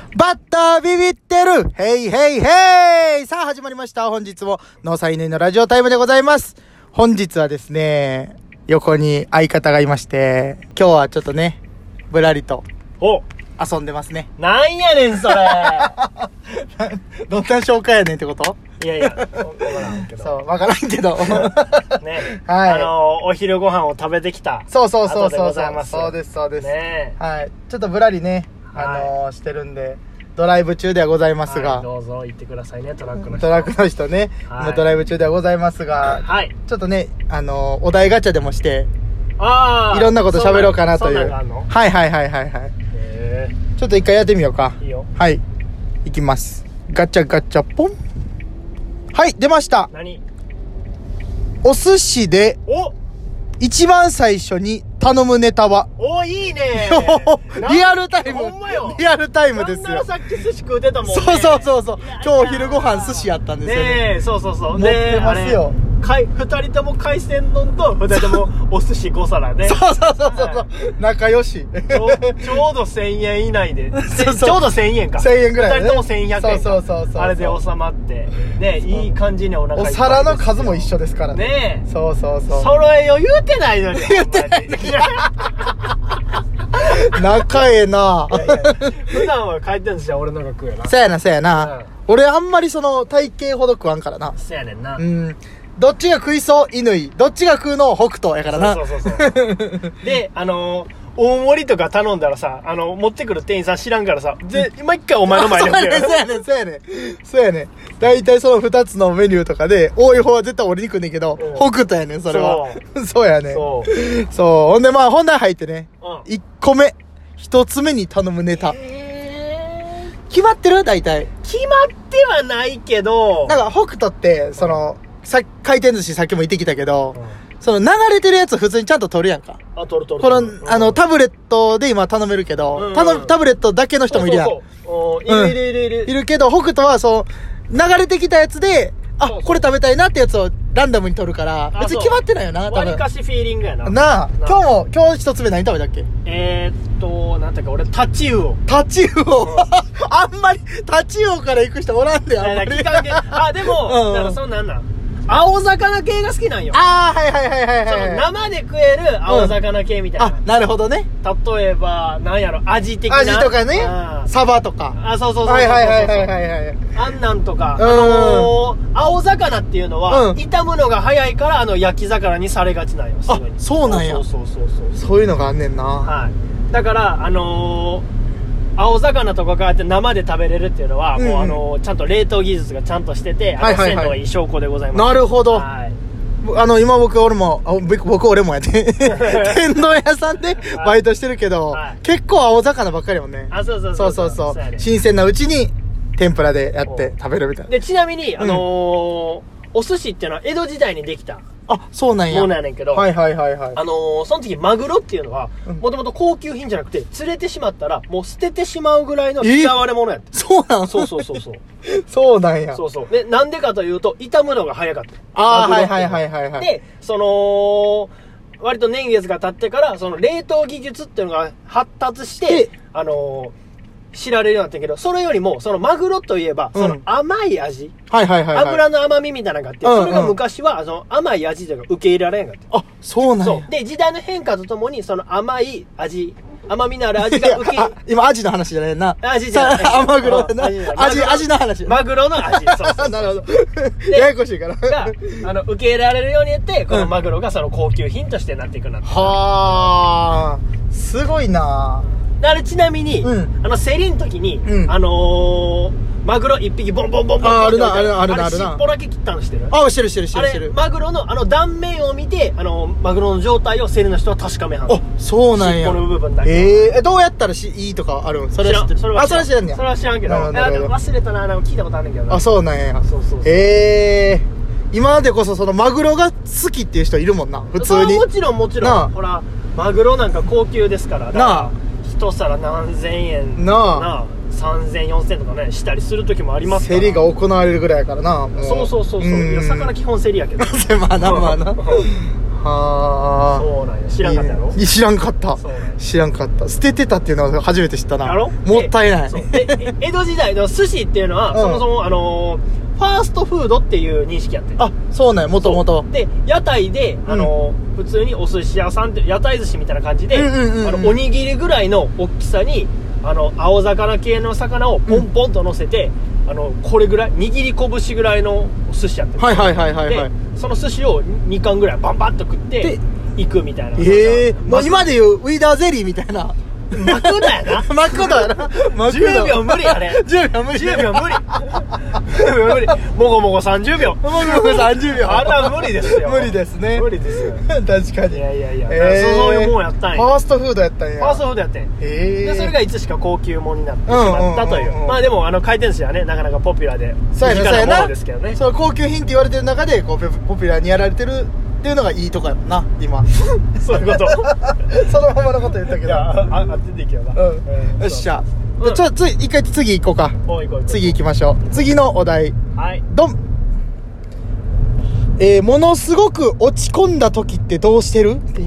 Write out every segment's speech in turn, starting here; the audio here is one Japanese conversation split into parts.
バッタービビってるヘイヘイヘイ。さあ始まりました。本日も農祭犬のラジオタイムでございます。本日はですね、横に相方がいまして、今日はちょっとね、ぶらりと遊んでますね。 なんやねんそれどんな紹介やねんってこと？ いやいや、わからんけど。 そう、わからんけど。 ね。 はい。 お昼ご飯を食べてきた。 そう。そうです。 ね。 はい。ちょっとぶらりね、してるんで、ドライブ中ではございますが。 はい、どうぞ行ってくださいね、トラックの人。 トラックの人ね。もうドライブ中ではございますが、はい。ちょっとね、お題ガチャでもして、いろんなこと喋ろうかなという。はい。ちょっと一回やってみようか。 いいよ。 はい。いきます。ガチャガチャポン。はい、出ました。 何？ お寿司で一番最初に頼むネタは？ いいねリアルタイム。 ほんまよ。 リアルタイムですよ。 なんならさっき寿司食うてたもんね。 そう。今日お昼ご飯寿司やったんですよね。 ねえ、そう。 持ってますよ。 2人とも海鮮丼と2人ともお寿司5皿ね。 そう。仲良し。 ちょうど1000円以内で。ちょうど1000円か。 1000円ぐらい、ね。 2人とも1100円。 そう。 あれで収まって。ね、いい感じにお腹いっぱい。 お皿の数も一緒ですからね。 ねえ。 そう。 揃えよ言うてないのに。 言うてない。仲ええな。 普段は帰ってんですよ、俺のが食うやな。 そうやな。俺あんまりその体型ほど食わんからな。 そうやねんな。 どっちが食いそう乾、どっちが食うの北斗やからな。 そう。で、大盛りとか頼んだらさ、持ってくる店員さん知らんからさ、毎回お前の前でやる。 そうやねん。だいたいその2つのメニューとかで、多い方は絶対俺に来んねんけど、北斗やねん、それは。そうやねん。そう。ほんで本題入ってね、1個目、1つ目に頼むネタ。決まってる？大体。 決まってはないけど、 なんか北斗って、回転寿司さっきも言ってきたけど、流れてるやつ普通にちゃんと取るやんか。 取る。 この、タブレットで今頼めるけど、タブレットだけの人もいるやん。いるけど、北斗は流れてきたやつで、これ食べたいなってやつをランダムに取るから、別に決まってないよな、多分。 割かしフィーリングやな。 なあ、今日一つ目何食べたっけ？ なんていうか俺、タチウオ。 あんまり、タチウオから行く人おらんで、あんまり。 でも、だからそんなん青魚系が好きなんよ。 はい。 生で食える青魚系みたいな。 なるほどね。 例えば、なんやろ、味的な。 味とかね。サバとか。 そう。 はい。 あんなんとか。青魚っていうのは、炒むのが早いから、焼き魚にされがちなんよ。 そうなんや。そういうのがあんねんな。 はい。だから、青魚とかこうやって生で食べれるっていうのは、もうちゃんと冷凍技術がちゃんとしてて、鮮度がいい証拠でございます。 なるほど。今俺もやって、天丼屋さんでバイトしてるけど、結構青魚ばっかりもんね。そう。新鮮なうちに天ぷらでやって食べるみたいな。 で、ちなみに、お寿司っていうのは江戸時代にできた。 そうなんや。 ものやねんけど。 はい。その時マグロっていうのは、もともと高級品じゃなくて、釣れてしまったら、もう捨ててしまうぐらいの嫌われ者やって。 そうなん？ そう。 そうなんや。 そう。で、なんでかというと、炒むのが早かった。 はい。 で、割と年月が経ってから、冷凍技術っていうのが発達して、知られるようになったけど、それよりも、マグロといえば、甘い味。油の甘みみたいなのがあって、それが昔は、甘い味というか受け入れられんかった。 そうなんや。 で、時代の変化とともに、甘い味、甘みのある味が受け今、味の話じゃないな。 味じゃない。 甘黒だな。味の話。 マグロの味。そう。 なるほど。ややこしいから。 受け入れられるようになって、このマグロが高級品としてなっていくなって。 はー。すごいなちなみに、競りの時に、マグロ一匹ボンボンあるな。 尻尾だけ切ったの知ってる？ 知ってる。 マグロの断面を見て、マグロの状態を競りの人は確かめはん。 そうなんや。 尻尾の部分だけ。 どうやったらいいとかあるん？それは知ってる。それは知らんねや。 それは知らんけど。忘れたな、聞いたことあるんだけど。 そうなんや。 そう。 今でこそマグロが好きっていう人いるもんな、普通に。 もちろん。ほら、マグロなんか高級ですから。なあ。一皿何千円なあ3000、4000とかねしたりする時もありますから。 競りが行われるぐらいやからな。 そういや魚基本競りやけどまあなはあ。 そうなんや。知らんかったやろ？ 知らんかった。 知らんかった。捨ててたっていうのは初めて知ったな。 やろ？ もったいない。 で江戸時代の寿司っていうのは、そもそもファーストフードっていう認識やってる。 あ、そうなんや、もともと。 で、屋台で、普通にお寿司屋さんって、屋台寿司みたいな感じで、おにぎりぐらいの大きさに、青魚系の魚をポンポンと乗せて、これぐらい、握り拳ぐらいの寿司やってる。 はいはいはいはい、はい。 で、その寿司を2貫ぐらいバンバンと食って、行くみたいな。 もう今でいうウィダーゼリーみたいな。 マクドやな。 マクドやな。 10秒無理あれ。 10秒無理。 10秒無理。10秒無理。もごもご30秒。 もごもご30秒。 あれは無理ですよ。 無理ですね。 無理ですよ。 確かに。 いやいやいや。そういうもんやったんや。 ファーストフードやったんや。 ファーストフードやってん。で、それがいつしか高級ものになってしまったという。まあでも、回転寿司はね、なかなかポピュラーで、 そうやな。 ですけどね。 その高級品って言われてる中で、こう、ポピュラーにやられてるっていうのがいいとこやもんな、今。 そういうこと。 そのままのこと言ったけど。 いや、出ていけよな。 よっしゃ。一回次行こうか。次行きましょう。次のお題。 はい。 ドン。ものすごく落ち込んだ時ってどうしてるっていう。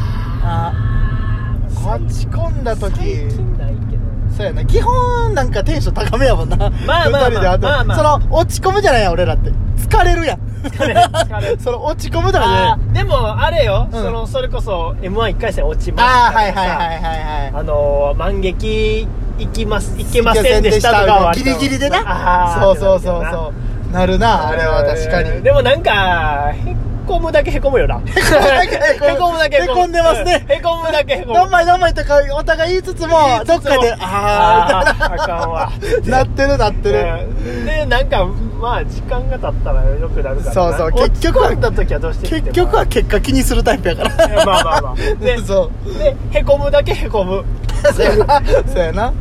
落ち込んだ時。 最近ないけど。 そうやな。基本なんかテンション高めやもんな。 まあ。 その、落ち込むじゃないやん、俺らって。疲れるやん。 疲れる。 その、落ち込むとかね。 でも、あれよ。それこそ、M11 回戦落ちました。 はい。 満劇いけませんでしたとかは。 ギリギリでな。そう。なるな、あれは確かに。 でもなんか、へこむだけへこむよな。へこむだけへこんでますね。 へこむだけへこむ。 どんまいとかお互い言いつつも、どっかで、 あかんわ。 なってる。 で、なんか、まあ、時間が経ったらよくなるから。 そう、結局は、結局は結果気にするタイプやから。 まあ。で、へこむだけへこむ。 そうやな。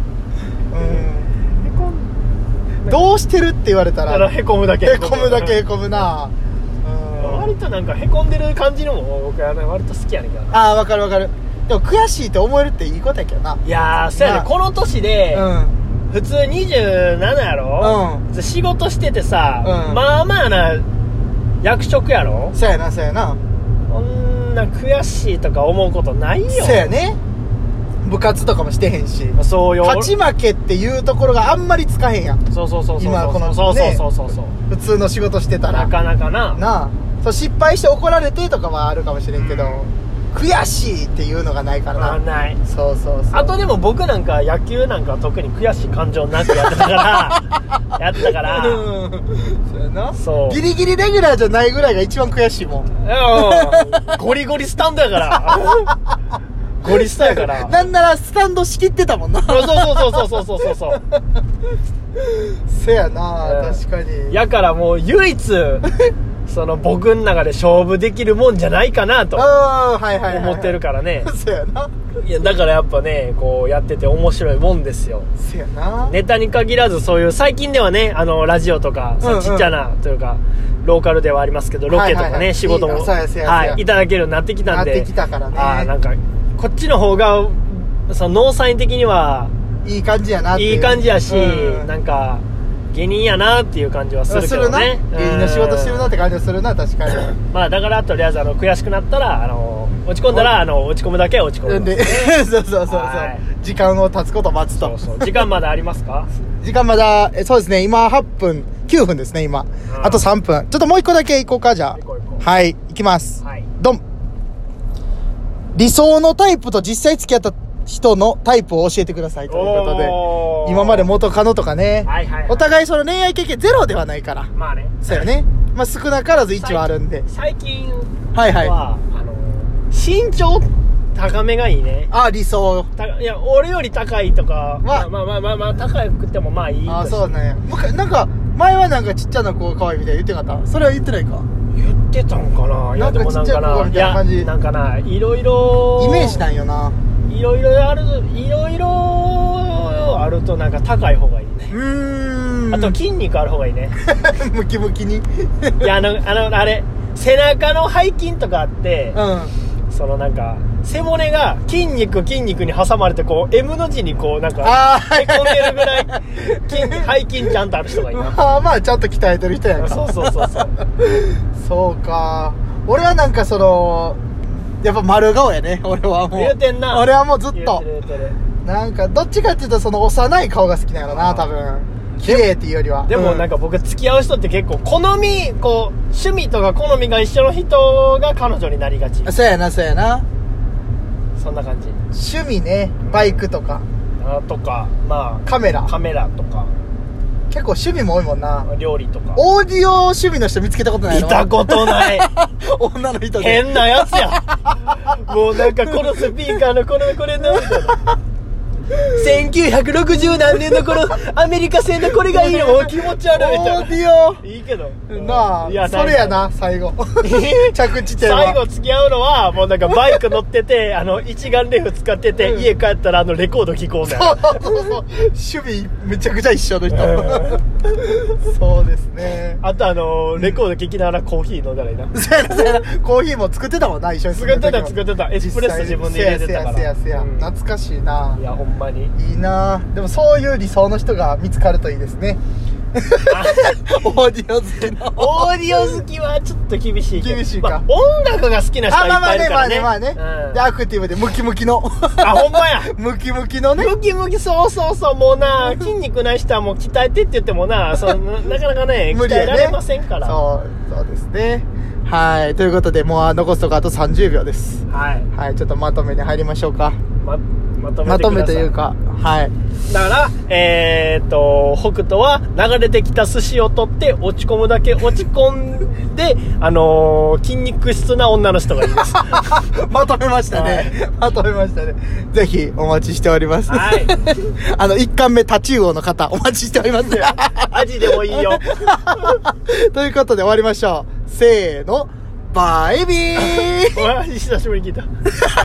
どうしてるって言われたらへこむだけへこむな。 割となんかへこんでる感じのも僕は割と好きやねんけどな。わかる。でも悔しいって思えるっていいことやけどな。 いやー、そうやね。この年で普通27やろ。仕事しててさ、まあまあな役職やろ。 そうやな。 こんな悔しいとか思うことないよ。 そうやね。部活とかもしてへんし、 そうよ。 勝ち負けっていうところがあんまりつかへんやん。 そう今このそう普通の仕事してたらなかなかなそう、失敗して怒られてとかはあるかもしれんけど、悔しいっていうのがないからな。 ない。 そうあとでも僕なんか野球なんかは特に悔しい感情なくやってたからそうやな。 そうギリギリレギュラーじゃないぐらいが一番悔しいもん。 ゴリゴリスタンドやからゴリスタやからなんならスタンド仕切ってたもんな。 そうせやな、確かに。 やからもう唯一その僕の中で勝負できるもんじゃないかなと思ってるからね。 せやな。 いやだからやっぱね、こうやってて面白いもんですよ。 せやな。 ネタに限らずそういう最近ではね、ラジオとかちっちゃなというかローカルではありますけど、ロケとかね、仕事もいただけるようになってきたんで、 なってきたからね。 なんかこっちの方がそのノーサイン的にはいい感じやなっていう。 いい感じやし、なんか芸人やなっていう感じはするけどね。 芸人の仕事してるなって感じはするな、確かに。 まあだからとりあえず悔しくなったら落ち込んだら落ち込むだけ落ち込むでそう時間を経つことを待つと。 そう時間まだありますか？ 時間まだそうですね、今8分9分ですね。今あと3分。ちょっともう一個だけ行こうか。じゃあはい、行きます。ドン。理想のタイプと実際付き合った人のタイプを教えてくださいということで、今まで元カノとかね、お互いその恋愛経験ゼロではないから、 まあね、 そうよね。まあ少なからず1はあるんで、 最近は身長高めがいいね。 理想。 いや俺より高いとか、まあ高くてもまあいい。 そうね。なんか前はなんかちっちゃな子が可愛いみたいな言ってなかった？それは言ってないか？ 言ってたんかな。いやでもなんかな、いやなんかないろいろイメージなんよな。 いろいろあるとなんか高い方がいいね。あと筋肉ある方がいいね。 ムキムキに。 いやあれ背中の背筋とかあって、そのなんか背骨が筋肉に挟まれてこう M の字にこうなんかへこんでるぐらい背筋ちゃんとある人がいいな。 まあちゃんと鍛えてる人やんか。 そうそうか。俺はなんかそのやっぱ丸顔やね、俺はもう。 言うてんな。 俺はもうずっと。 言うてる。 なんか、どっちかっていうと、その幼い顔が好きなんやろな、多分。綺麗っていうよりは。 でもなんか僕付き合う人って結構好み、こう、趣味とか好みが一緒の人が彼女になりがち。 そうやな、そうやな。 そんな感じ。 趣味ね、バイクとか。 とか、まあ。 カメラとか。 結構趣味も多いもんな。 料理とか。 オーディオ趣味の人見つけたことないの？ 見たことない。 女の人で。 変なやつや。もうなんかこのスピーカーのこれのみたいな。1960何年のこのアメリカ製のこれがいいの。もう気持ち悪いみたいな。 オーディオいいけどなあ、 いやそれやな、最後。着地点は。 最後付き合うのはもうなんかバイク乗ってて一眼レフ使ってて、家帰ったらレコード聴こうね。 そう趣味めちゃくちゃ一緒の人。そうですね。 あとレコード聴きながらコーヒー飲んだらいいな。 そうやな、そうやな。コーヒーも作ってたもんな、一緒に。 作ってた。エスプレッソ自分で入れてたから。 せや、懐かしいな。 いやほんまにいいな。でもそういう理想の人が見つかるといいですね。オーディオ好きの。 オーディオ好きはちょっと厳しいけど。 厳しいか。 まあ、音楽が好きな人はいっぱいいるからね。 まあね。で、アクティブでムキムキの。 ほんまや。 ムキムキのね。 ムキムキ、そうもうな、筋肉ない人はもう鍛えてって言ってもな、なかなかね、鍛えられませんから。 そうですね。はい。ということで、もう残すとこあと30秒です。はい。ちょっとまとめに入りましょうか。まとめというか、はい。 だから、北斗は流れてきた寿司を取って落ち込むだけ落ち込んで、筋肉質な女の人がいいです。 まとめましたね。ぜひお待ちしております。はい。1巻目タチウオの方お待ちしております。 アジでもいいよ。 ということで終わりましょう。せーの、バイビー。 久しぶりに聞いた。